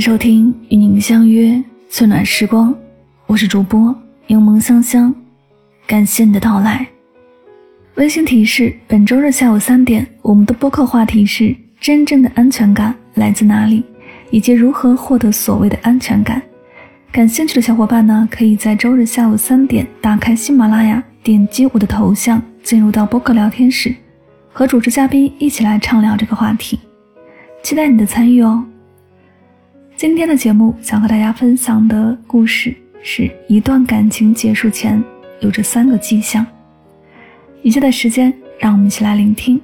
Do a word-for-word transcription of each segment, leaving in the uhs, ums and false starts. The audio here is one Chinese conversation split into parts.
收听与您相约最暖时光，我是主播柠檬香香，感谢你的到来。温馨提示，本周日下午三点，我们的播客话题是真正的安全感来自哪里，以及如何获得所谓的安全感。感兴趣的小伙伴呢，可以在周日下午三点打开喜马拉雅，点击我的头像，进入到播客聊天室，和主持嘉宾一起来畅聊这个话题，期待你的参与哦。今天的节目想和大家分享的故事是一段感情结束前有着三个迹象。以下的时间让我们一起来聆听。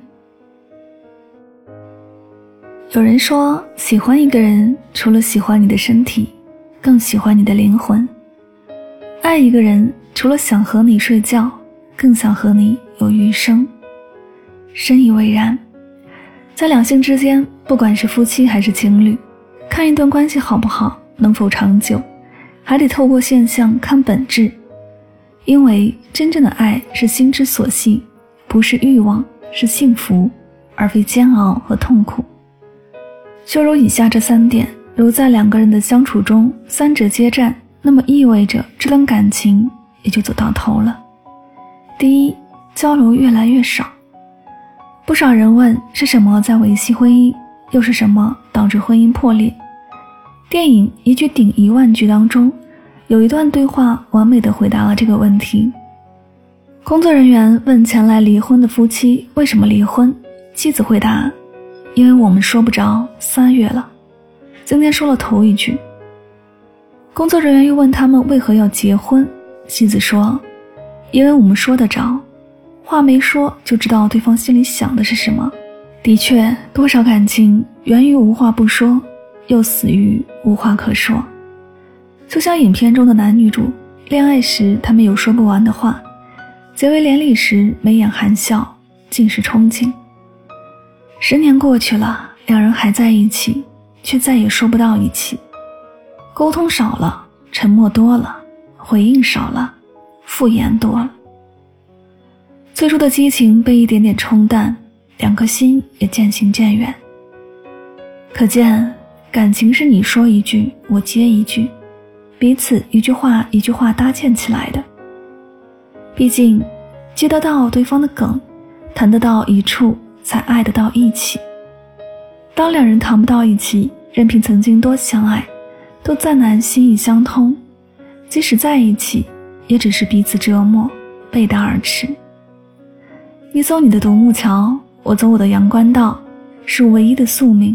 有人说，喜欢一个人除了喜欢你的身体，更喜欢你的灵魂。爱一个人除了想和你睡觉，更想和你有余生。深以为然。在两性之间，不管是夫妻还是情侣，看一段关系好不好，能否长久，还得透过现象看本质。因为真正的爱是心之所系，不是欲望，是幸福，而非煎熬和痛苦。就如以下这三点，如在两个人的相处中三者皆占，那么意味着这段感情也就走到头了。第一，交流越来越少。不少人问，是什么在维系婚姻，又是什么导致婚姻破裂？电影一句顶一万句当中，有一段对话完美地回答了这个问题。工作人员问前来离婚的夫妻为什么离婚，妻子回答，因为我们说不着三月了，今天说了头一句。工作人员又问他们为何要结婚，妻子说，因为我们说得着，话没说就知道对方心里想的是什么。的确，多少感情源于无话不说，又死于无话可说。就像影片中的男女主，恋爱时他们有说不完的话，结为连理时眉眼含笑，尽是憧憬。十年过去了，两人还在一起，却再也说不到一起。沟通少了，沉默多了，回应少了，敷衍多了。最初的激情被一点点冲淡，两颗心也渐行渐远。可见，感情是你说一句，我接一句，彼此一句话一句话搭建起来的。毕竟，接得到对方的梗，谈得到一处，才爱得到一起。当两人谈不到一起，任凭曾经多相爱，都再难心意相通，即使在一起，也只是彼此折磨，背道而驰。你走你的独木桥，我走我的阳关道，是唯一的宿命。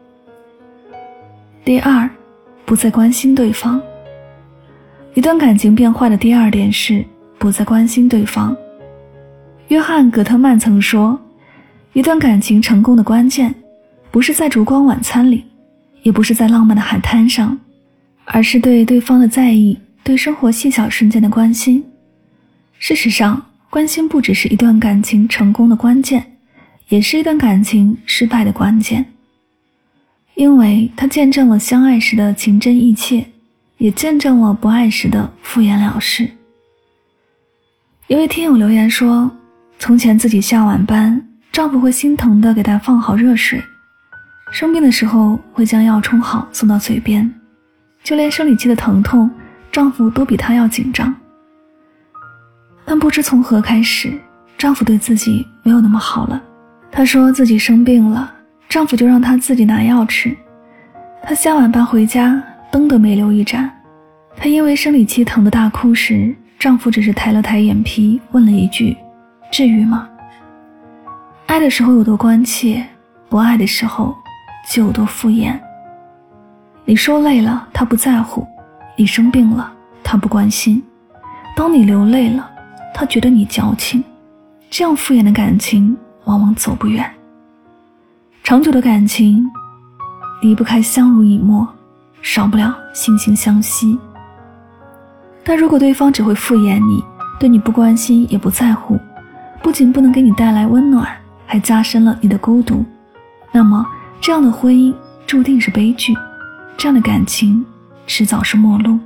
第二，不再关心对方。一段感情变坏的第二点是不再关心对方。约翰·葛特曼曾说，一段感情成功的关键，不是在烛光晚餐里，也不是在浪漫的海滩上，而是对对方的在意，对生活细小瞬间的关心。事实上，关心不只是一段感情成功的关键，也是一段感情失败的关键。因为它见证了相爱时的情真意切，也见证了不爱时的敷衍了事。一位听友留言说，从前自己下晚班，丈夫会心疼地给她放好热水，生病的时候会将药冲好送到嘴边，就连生理期的疼痛，丈夫都比她要紧张。但不知从何开始，丈夫对自己没有那么好了。她说自己生病了，丈夫就让她自己拿药吃。她下晚班回家，灯都没留一盏。她因为生理期疼得大哭时，丈夫只是抬了抬眼皮，问了一句，至于吗？爱的时候有多关切，不爱的时候就有多敷衍。你说累了，他不在乎；你生病了，他不关心；当你流泪了，他觉得你矫情。这样敷衍的感情往往走不远。长久的感情离不开相濡以沫，少不了惺惺相惜。但如果对方只会敷衍你，对你不关心也不在乎，不仅不能给你带来温暖，还加深了你的孤独，那么这样的婚姻注定是悲剧，这样的感情迟早是陌路。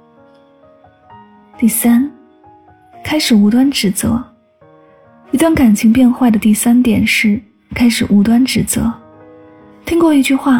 第三，开始无端指责。一段感情变坏的第三点是开始无端指责。听过一句话，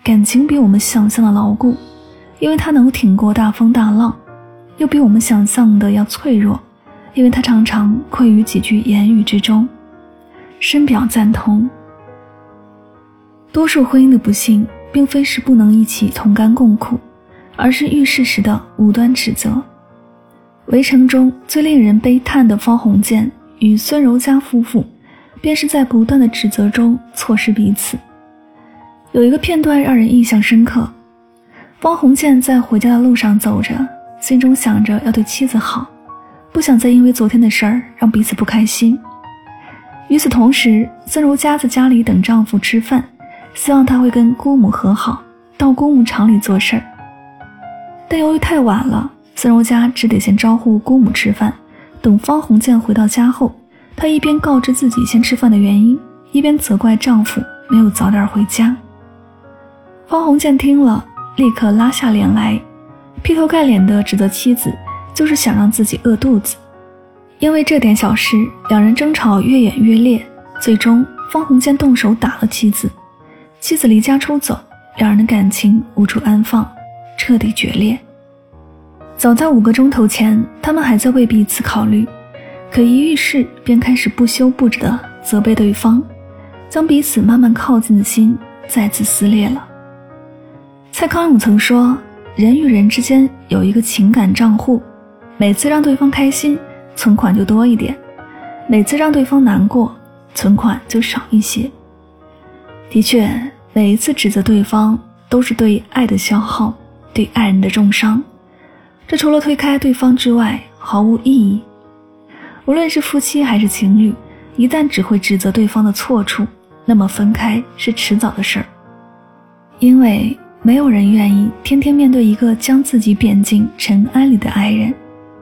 感情比我们想象的牢固，因为它能够挺过大风大浪，又比我们想象的要脆弱，因为它常常困于几句言语之中。深表赞同。多数婚姻的不幸并非是不能一起同甘共苦，而是遇事时的无端指责。围城中最令人悲叹的方鸿渐与孙柔嘉夫妇，便是在不断的指责中错失彼此。有一个片段让人印象深刻，方鸿渐在回家的路上走着，心中想着要对妻子好，不想再因为昨天的事儿让彼此不开心。与此同时，孙柔嘉在家里等丈夫吃饭，希望他会跟姑母和好，到公务场里做事儿。但由于太晚了，孙柔嘉只得先招呼姑母吃饭，等方鸿渐回到家后，她一边告知自己先吃饭的原因，一边责怪丈夫没有早点回家。方鸿渐听了，立刻拉下脸来，劈头盖脸地指责妻子就是想让自己饿肚子。因为这点小事，两人争吵越演越烈，最终方鸿渐动手打了妻子，妻子离家出走，两人的感情无处安放，彻底决裂。早在五个钟头前，他们还在为彼此考虑，可一遇事便开始不休不止地责备对方，将彼此慢慢靠近的心再次撕裂了。蔡康永曾说，人与人之间有一个情感账户，每次让对方开心，存款就多一点，每次让对方难过，存款就少一些。的确，每一次指责对方都是对爱的消耗，对爱人的重伤，这除了推开对方之外毫无意义。无论是夫妻还是情侣，一旦只会指责对方的错处，那么分开是迟早的事儿。因为没有人愿意天天面对一个将自己贬进尘埃里的爱人。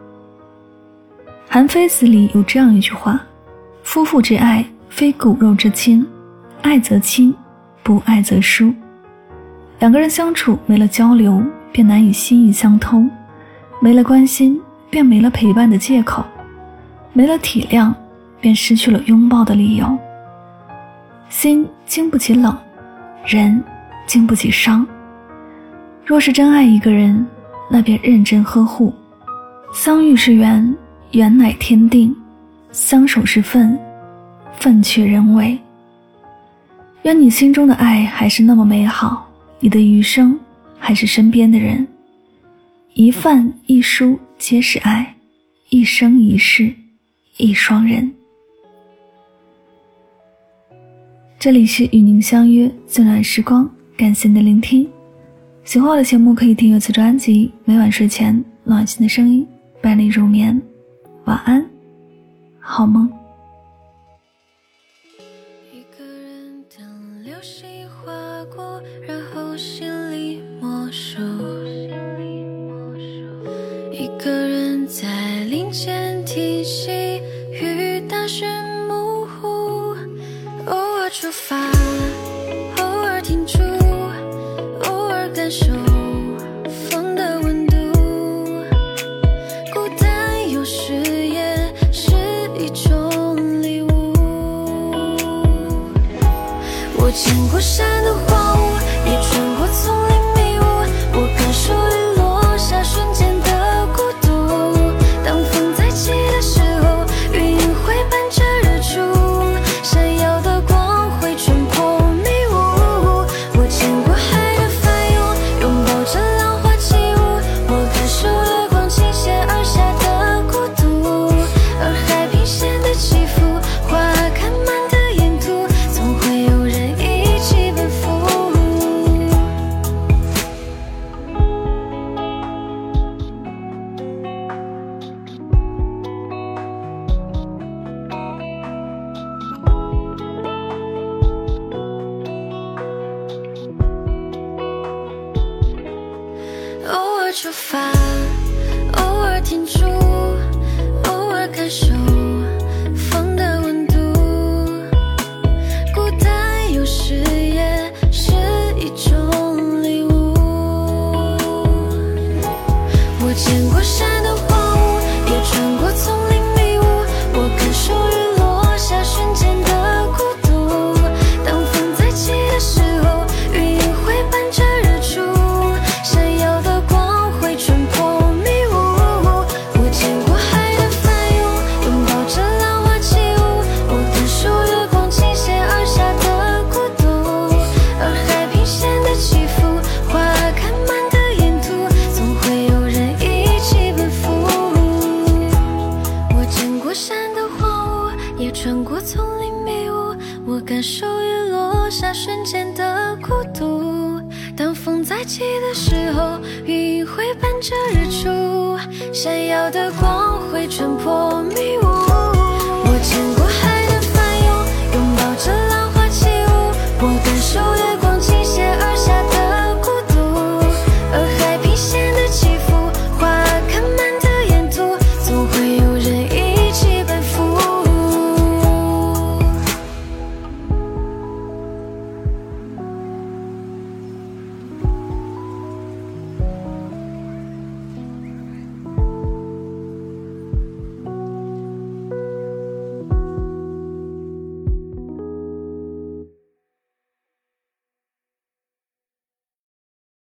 韩非子里有这样一句话，夫妇之爱非骨肉之亲，爱则亲，不爱则疏。两个人相处没了交流，便难以心意相通，没了关心，便没了陪伴的借口，没了体谅，便失去了拥抱的理由。心经不起冷，人经不起伤。若是真爱一个人，那便认真呵护。相遇是缘，缘乃天定，相守是份，份却人为。愿你心中的爱还是那么美好，你的余生还是身边的人。一饭一书皆是爱，一生一世一双人。这里是与您相约最暖时光，感谢您的聆听。喜欢我的节目可以订阅此专辑，每晚睡前暖心的声音伴你入眠。晚安，好梦。 一个人等流星划过，然后心里默数。一个人在林间听溪，雨打湿模糊。偶尔出发，偶尔停住，偶尔感受风的温度。孤单有时也是一种礼物。我见过山的荒芜，也穿过丛林迷雾。我感受雨落下瞬间的孤独。当风再起的时候，云会伴着日出，闪耀的光会穿破迷雾。我见过海的翻涌，拥抱着浪花起舞。我感受月光倾泻而下的孤独，而海平线的起伏，花开满的沿途，总会有人一起奔赴。偶尔出发，偶尔停住，偶尔感受风的温度。孤单有时也是一种礼物。我见过山的荒芜，也穿过丛林迷雾。我感受雨落下瞬间的孤独。当风再起的时候，云会伴着穿过丛林迷雾，我感受雨落下瞬间的孤独。当风再起的时候，云会伴着日出，闪耀的光会穿破迷